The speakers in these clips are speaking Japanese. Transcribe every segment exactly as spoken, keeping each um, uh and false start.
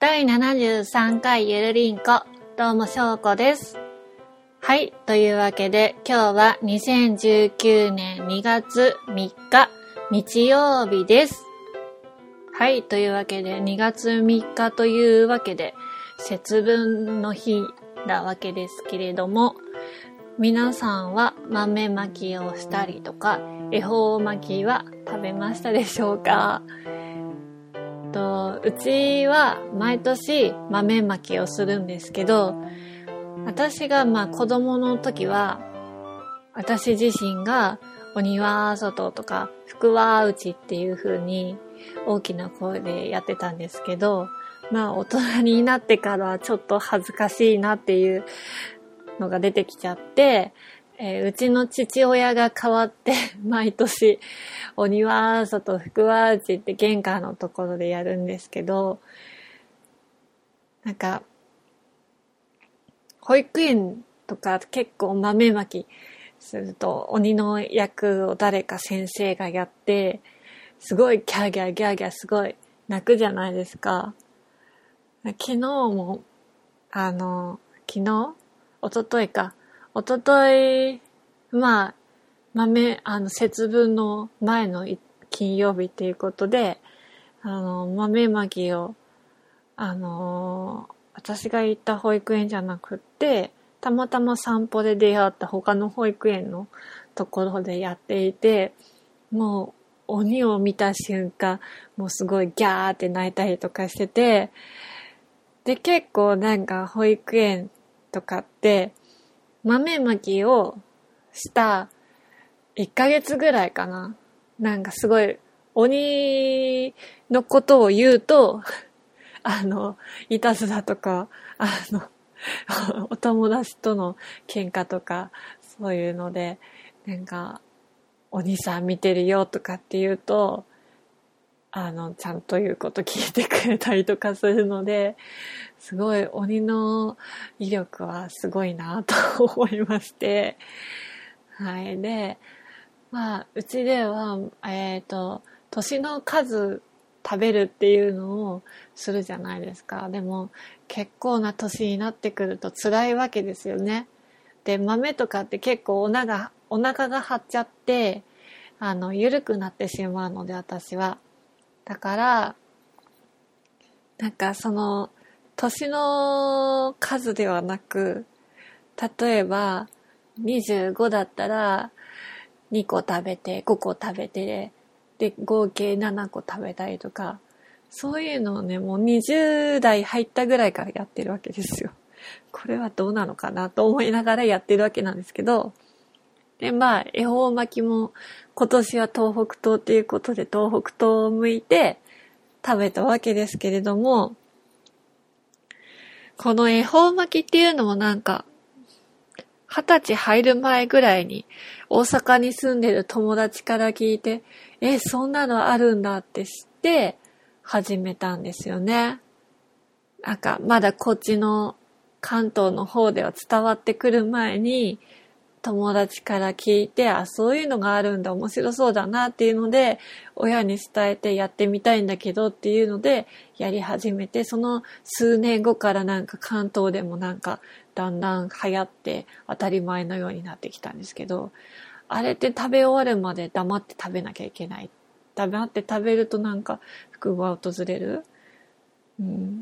だいななじゅうさんかいゆるりんこ、どうもしょうこです。はい、というわけで今日はにせんじゅうきゅうねんにがつみっか日曜日です。はい、というわけでにがつみっかというわけで節分の日なわけですけれども、皆さんは豆まきをしたりとか恵方巻きは食べましたでしょうか？とうちは毎年豆まきをするんですけど、私がまあ子供の時は私自身が鬼は外とか福は内っていう風に大きな声でやってたんですけど、まあ大人になってからはちょっと恥ずかしいなっていうのが出てきちゃって、えー、うちの父親が変わって毎年鬼は外福は内って玄関のところでやるんですけど、なんか保育園とか結構豆まきすると鬼の役を誰か先生がやってすごいギャーギャーギャーギャーすごい泣くじゃないですか。昨日もあの昨日一昨日か一昨日まあ豆あの節分の前の金曜日っていうことであの豆まきをあの私が行った保育園じゃなくってたまたま散歩で出会った他の保育園のところでやっていて、もう鬼を見た瞬間もうすごいギャーって泣いたりとかしてて、で結構なんか保育園とかって豆まきをしたいっかげつぐらいかな、なんかすごい鬼のことを言うとあのいたずらとかあのお友達との喧嘩とかそういうのでなんかお兄さん見てるよとかって言うとあのちゃんと言うこと聞いてくれたりとかするので、すごい鬼の威力はすごいなと思いまして、はいでまあうちではえっと年の数食べるっていうのをするじゃないですか。でも結構な年になってくると辛いわけですよね。で豆とかって結構お腹お腹が張っちゃってあの緩くなってしまうので、私はだからなんかその年の数ではなく、例えばにじゅうごだったらにこ食べてごこ食べてで合計ななこ食べたりとか、そういうのをねもうにじゅうだい入ったぐらいからやってるわけですよ。これはどうなのかなと思いながらやってるわけなんですけど、でまあ恵方巻きも今年は東北東っていうことで東北東を向いて食べたわけですけれども、この恵方巻きっていうのもなんか二十歳入る前ぐらいに大阪に住んでる友達から聞いて、え、そんなのあるんだって知って始めたんですよね。なんかまだこっちの関東の方では伝わってくる前に友達から聞いて、あ、そういうのがあるんだ、面白そうだなっていうので親に伝えてやってみたいんだけどっていうのでやり始めて、その数年後からなんか関東でもなんかだんだん流行って当たり前のようになってきたんですけど、あれって食べ終わるまで黙って食べなきゃいけない。黙って食べるとなんか福が訪れる。うん、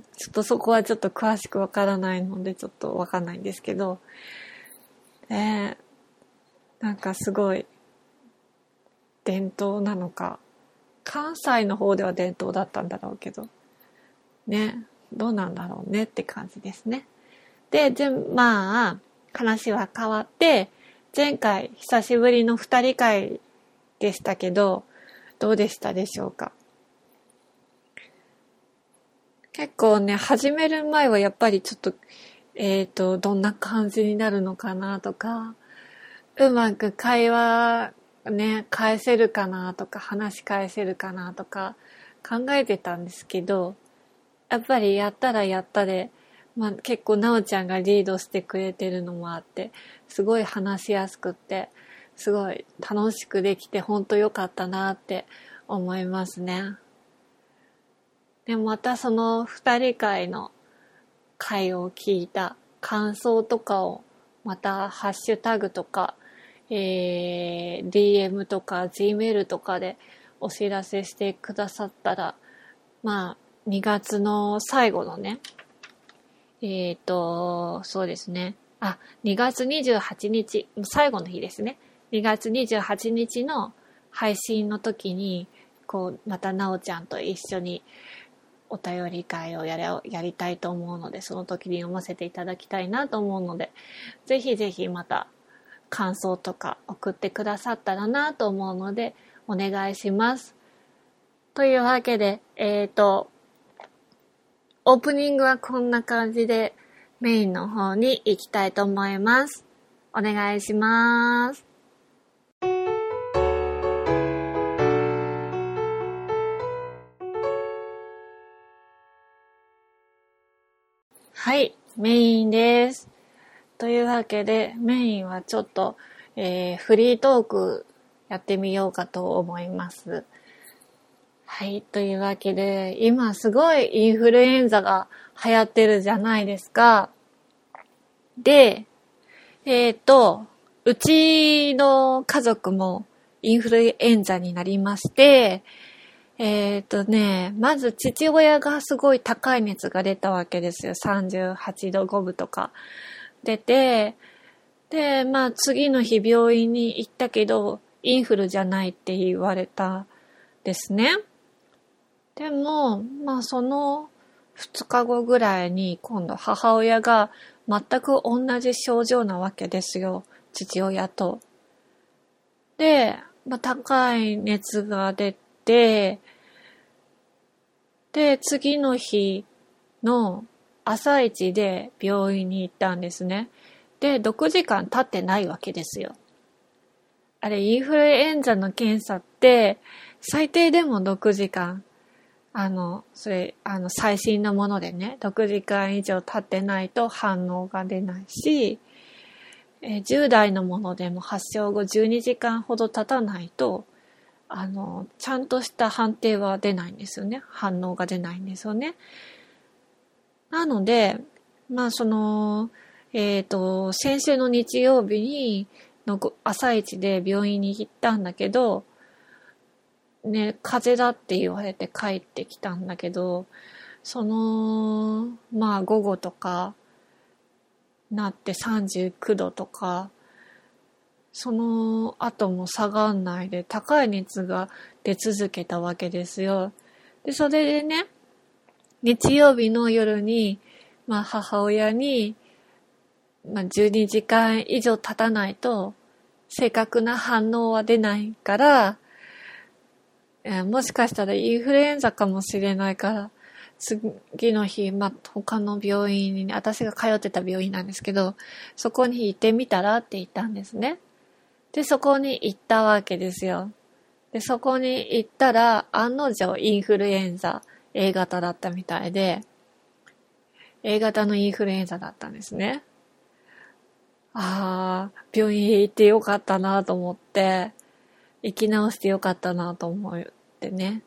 ちょっとそこはちょっと詳しくわからないのでちょっとわかんないんですけど、えー、なんかすごい伝統なのか、関西の方では伝統だったんだろうけどね、どうなんだろうねって感じですね。で、じゃまあ話は変わって、前回久しぶりの二人会でしたけど、どうでしたでしょうか？結構ね、始める前はやっぱりちょっと、えっと、どんな感じになるのかなとか、うまく会話ね、返せるかなとか、話し返せるかなとか考えてたんですけど、やっぱりやったらやったで、まあ結構なおちゃんがリードしてくれてるのもあって、すごい話しやすくって、すごい楽しくできて本当良かったなって思いますね。 で、またその二人会の会を聞いた感想とかを、またハッシュタグとか、えー、ディーエム とか Gmail とかでお知らせしてくださったら、まあ、にがつの最後のね、えっと、そうですね。あ、にがつにじゅうはちにち、最後の日ですね。にがつにじゅうはちにちの配信の時に、こう、またなおちゃんと一緒にお便り会をやれ、やりたいと思うので、その時に読ませていただきたいなと思うので、ぜひぜひまた感想とか送ってくださったらなと思うので、お願いします。というわけで、えっと、オープニングはこんな感じでメインの方に行きたいと思います。お願いします。はい、メインです。というわけでメインはちょっと、えー、フリートークやってみようかと思います。はい、というわけで今すごいインフルエンザが流行ってるじゃないですか。で、えっと、うちの家族もインフルエンザになりまして、えっとね、まず父親がすごい高い熱が出たわけですよ。さんじゅうはちどごぶとか出て、で、まあ次の日病院に行ったけど、インフルじゃないって言われたですね。でも、まあそのふつかごぐらいに今度母親が全く同じ症状なわけですよ。父親と。で、まあ、高い熱が出て、で、次の日の朝一で病院に行ったんですね。で、ろくじかん経ってないわけですよ。あれ、インフルエンザの検査って、最低でもろくじかん。あの、それ、あの、最新のものでね、ろくじかん以上経ってないと反応が出ないし、えー、じゅう代のものでも発症後じゅうにじかんほど経たないと、あの、ちゃんとした判定は出ないんですよね。反応が出ないんですよね。なので、まあその、えっと、先週の日曜日に、の朝一で病院に行ったんだけど、ね、風邪だって言われて帰ってきたんだけど、その、まあ午後とかなってさんじゅうきゅうどとか、その後も下がんないで高い熱が出続けたわけですよ。で、それでね、日曜日の夜に、まあ母親に、まあじゅうにじかん以上経たないと正確な反応は出ないから、えー、もしかしたらインフルエンザかもしれないから、次の日、まあ、他の病院に、ね、私が通ってた病院なんですけど、そこに行ってみたらって言ったんですね。で、そこに行ったわけですよ。で、そこに行ったら、案の定インフルエンザ エー 型だったみたいで、エー 型のインフルエンザだったんですね。ああ、病院へ行ってよかったなと思って、生き直してよかったなと思ってね。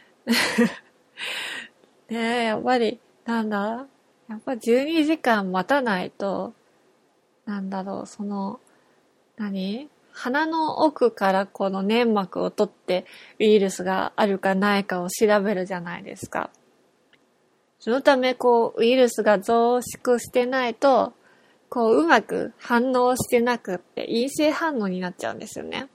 ねえ、やっぱり、なんだやっぱじゅうにじかん待たないと、なんだろう、その、何鼻の奥からこの粘膜を取ってウイルスがあるかないかを調べるじゃないですか。そのため、こう、ウイルスが増殖してないと、こう、うまく反応してなくって陰性反応になっちゃうんですよね。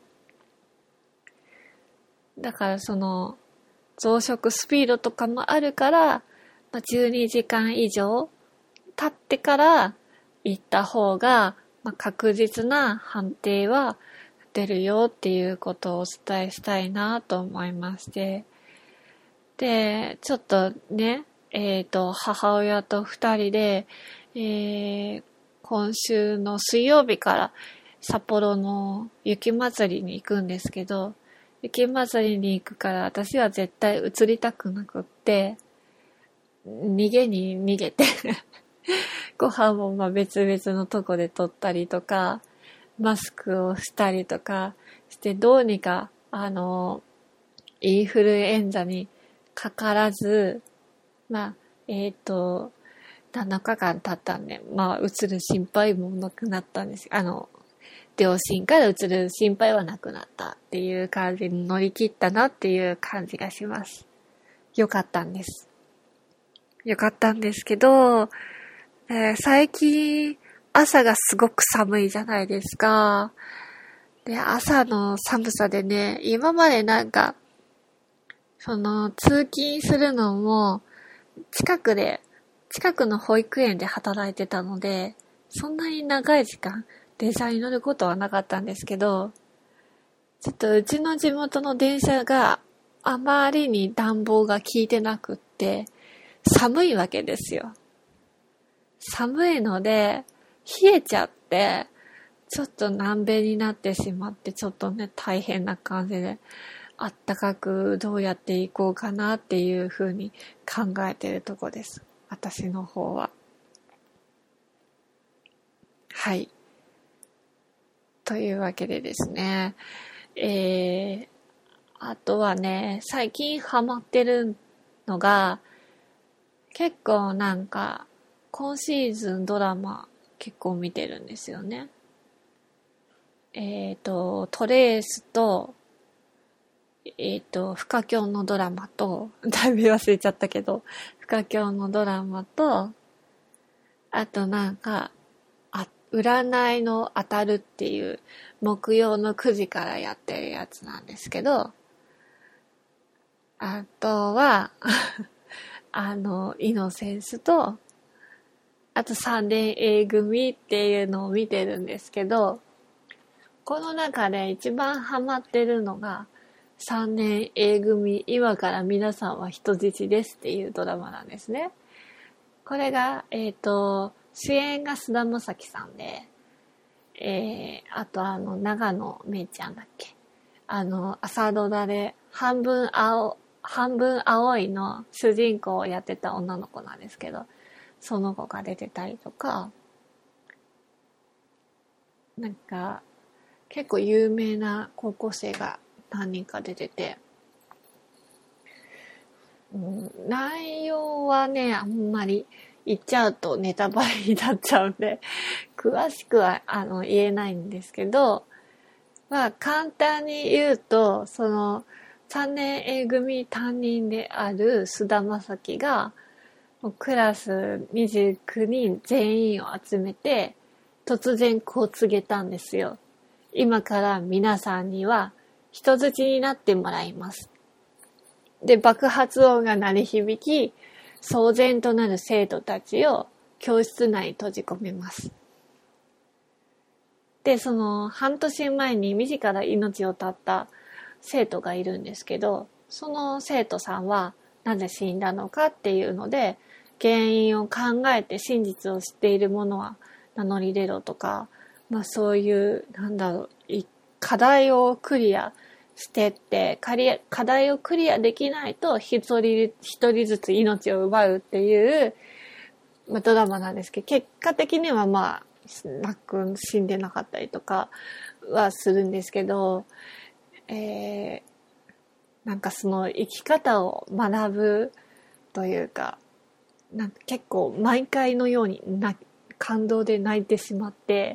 だからその増殖スピードとかもあるから、まあ、じゅうにじかん以上経ってから行った方が、まあ、確実な判定は出るよっていうことをお伝えしたいなと思いまして。で、ちょっとね、えっと、母親と二人で、えー、今週の水曜日から札幌の雪まつりに行くんですけど、雪まつりに行くから私は絶対移りたくなくって、逃げに逃げてご飯もまあ別々のとこで取ったりとか、マスクをしたりとかしてどうにかあのインフルエンザにかからずまあ、えっと、なのかかん経ったんで、まあ、移る心配もなくなったんです。あの、両親から移る心配はなくなったっていう感じに乗り切ったなっていう感じがします。よかったんです。よかったんですけど、えー最近朝がすごく寒いじゃないですか。で、朝の寒さでね、今までなんか、その通勤するのも近くで、近くの保育園で働いてたので、そんなに長い時間電車に乗ることはなかったんですけど、ちょっとうちの地元の電車があまりに暖房が効いてなくって、寒いわけですよ。寒いので、冷えちゃって、ちょっと南米になってしまって、ちょっとね、大変な感じで、あったかくどうやっていこうかなっていうふうに考えてるとこです。私の方は。はい。というわけでですね。えー、あとはね、最近ハマってるのが、結構なんか、今シーズンドラマ結構見てるんですよね。えっと、トレースと、えっと、フカキョンのドラマと、だいぶ忘れちゃったけど、フカキョンのドラマと、あとなんか、あ、占いの当たるっていう木曜のくじからやってるやつなんですけど、あとは、あの、イノセンスと、あとさんねん A 組っていうのを見てるんですけど、この中で一番ハマってるのが、さんねん A 組、今から皆さんは人質ですっていうドラマなんですね。これが、えっと、主演が菅田将暉さんで、えー、あとあの、長野めいちゃんだっけ。あの、朝ドラで、半分青、半分青いの主人公をやってた女の子なんですけど、その子が出てたりとか、なんか、結構有名な高校生が何人か出てて、うん、内容はね、あんまり言っちゃうとネタバレになっちゃうんで、詳しくはあの言えないんですけど、まあ簡単に言うと、そのさんねん A 組担任である菅田将暉が、クラスにじゅうきゅうにん全員を集めて、突然こう告げたんですよ。今から皆さんには人質になってもらいます。で、爆発音が鳴り響き、騒然となる生徒たちを教室内に閉じ込めます。で、その半年前に自ら命を絶った生徒がいるんですけど、その生徒さんはなぜ死んだのかっていうので、原因を考えて真実を知っている者は名乗り出ろとか、まあそういう、なんだろう、課題をクリアしてって、課題をクリアできないと一人一人ずつ命を奪うっていう、まあ、ドラマなんですけど、結果的にはまあ、なく死んでなかったりとかはするんですけど、えー、なんかその生き方を学ぶというか、なんか結構毎回のようにな感動で泣いてしまって、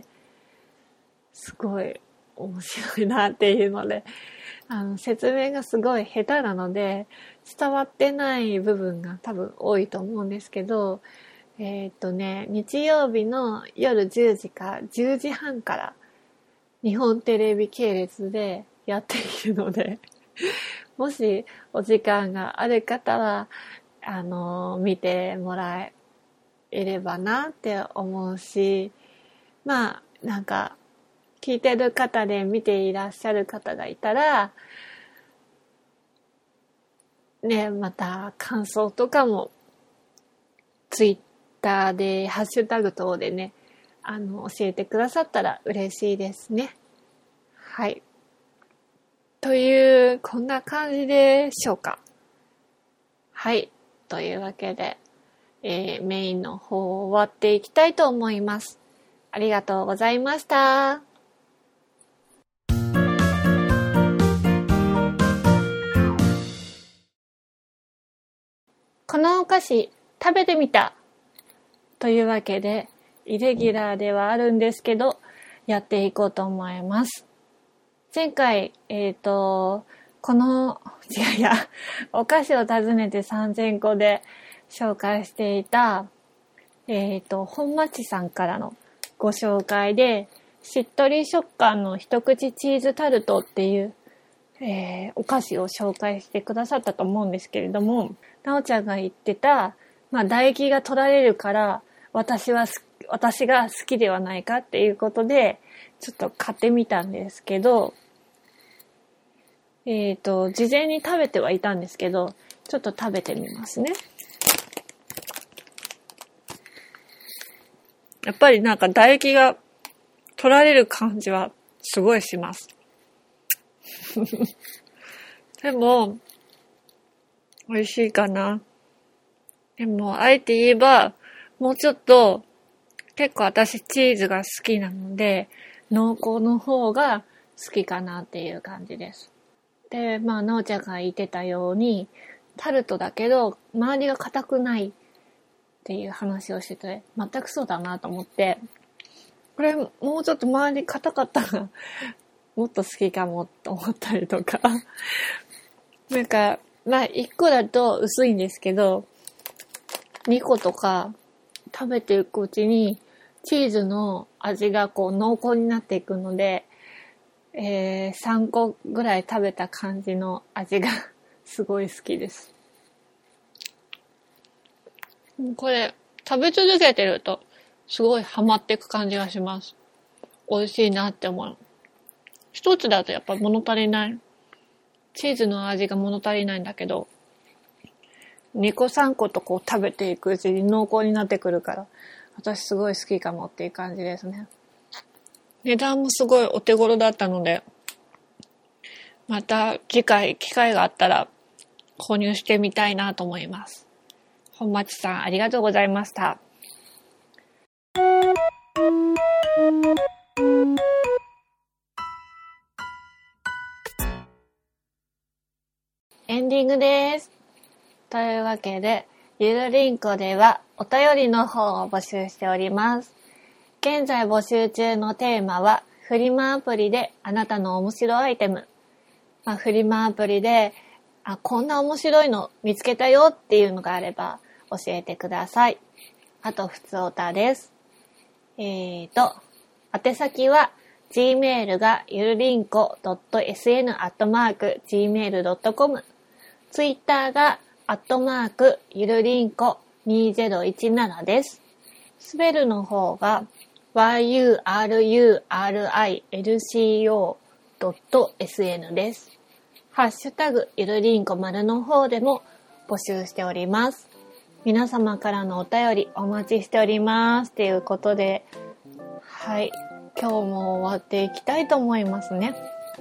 すごい面白いなっていうので、あの説明がすごい下手なので伝わってない部分が多分多いと思うんですけど、えっとね、日曜日の夜じゅうじかじゅうじはんから日本テレビ系列でやっているので、もしお時間がある方はあの見てもらえればなって思うし、まあなんか聞いてる方で見ていらっしゃる方がいたらね、また感想とかもツイッターでハッシュタグ等でね、あの教えてくださったら嬉しいですね。はい。というこんな感じでしょうか。はい。というわけで、えー、メインの方終わっていきたいと思います。ありがとうございました。 このお菓子食べてみたというわけで、イレギュラーではあるんですけど、やっていこうと思います。前回、えっと、この、違うや、お菓子を訪ねてさんぜんこで紹介していた、えっと、本町さんからのご紹介で、しっとり食感の一口チーズタルトっていう、えー、お菓子を紹介してくださったと思うんですけれども、なおちゃんが言ってた、まあ、唾液が取られるから、私は、私が好きではないかっていうことで、ちょっと買ってみたんですけど、えっと、事前に食べてはいたんですけど、ちょっと食べてみますね。やっぱりなんか唾液が取られる感じはすごいします。でも、美味しいかな。でも、あえて言えば、もうちょっと、結構私チーズが好きなので、濃厚の方が好きかなっていう感じです。で、まあ、なおちゃんが言ってたように、タルトだけど、周りが硬くないっていう話をしてて、全くそうだなと思って、これ、もうちょっと周り硬かったら、もっと好きかもと思ったりとか。なんか、まあ、いっこだと薄いんですけど、にことか食べていくうちに、チーズの味がこう濃厚になっていくので、えー、さんこぐらい食べた感じの味がすごい好きです。これ食べ続けてるとすごいハマっていく感じがします。美味しいなって思う。一つだとやっぱ物足りない。チーズの味が物足りないんだけど、にこさんことこう食べていくうちに濃厚になってくるから、私すごい好きかもっていう感じですね。値段もすごいお手頃だったので、また次回機会があったら購入してみたいなと思います。本町さんありがとうございました。エンディングです。というわけで、ゆるりんこではお便りの方を募集しております。現在募集中のテーマは、フリマアプリであなたの面白アイテム。まあ、フリマアプリで、あ、こんな面白いの見つけたよっていうのがあれば教えてください。あと、ふつおたです。えーと、宛先は、Gmail がゆるりんこ .sn アットマーク ジーメール ドットコム。Twitter が、アットマークゆるりんこにせんじゅうななです。スペルの方が、ワイユーアールユーアールアイエルシーオー ドット エスエヌ です。ハッシュタグゆるりんこ丸の方でも募集しております。皆様からのお便りお待ちしております。ということで、はい、今日も終わっていきたいと思いますね。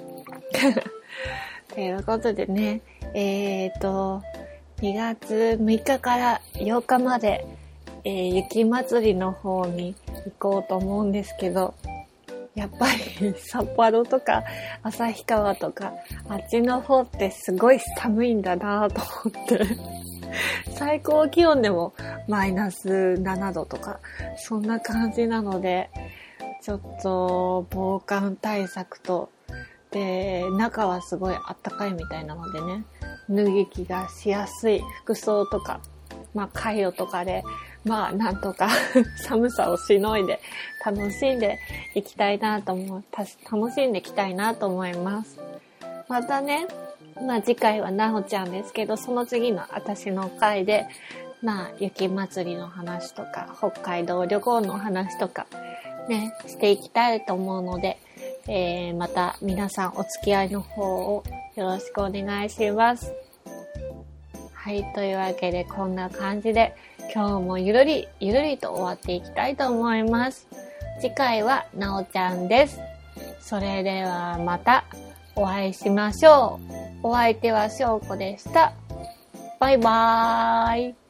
ということでね、えーと、にがつむいかからようかまで、えー、雪祭りの方に行こうと思うんですけど、やっぱり札幌とか旭川とかあっちの方ってすごい寒いんだなと思って最高気温でもマイナスななどとかそんな感じなので、ちょっと防寒対策とで中はすごいあったかいみたいなのでね、脱ぎ着がしやすい服装とか、まあカイロとかでまあなんとか寒さをしのいで楽しんでいきたいなと思う、楽しんでいきたいなと思います。またね、まあ次回はなおちゃんですけど、その次の私の回で、まあ雪祭りの話とか、北海道旅行の話とかね、していきたいと思うので、えー、また皆さんお付き合いの方をよろしくお願いします。はい、というわけでこんな感じで今日もゆるりゆるりと終わっていきたいと思います。次回はなおちゃんです。それではまたお会いしましょう。お相手はしょうこでした。バイバーイ。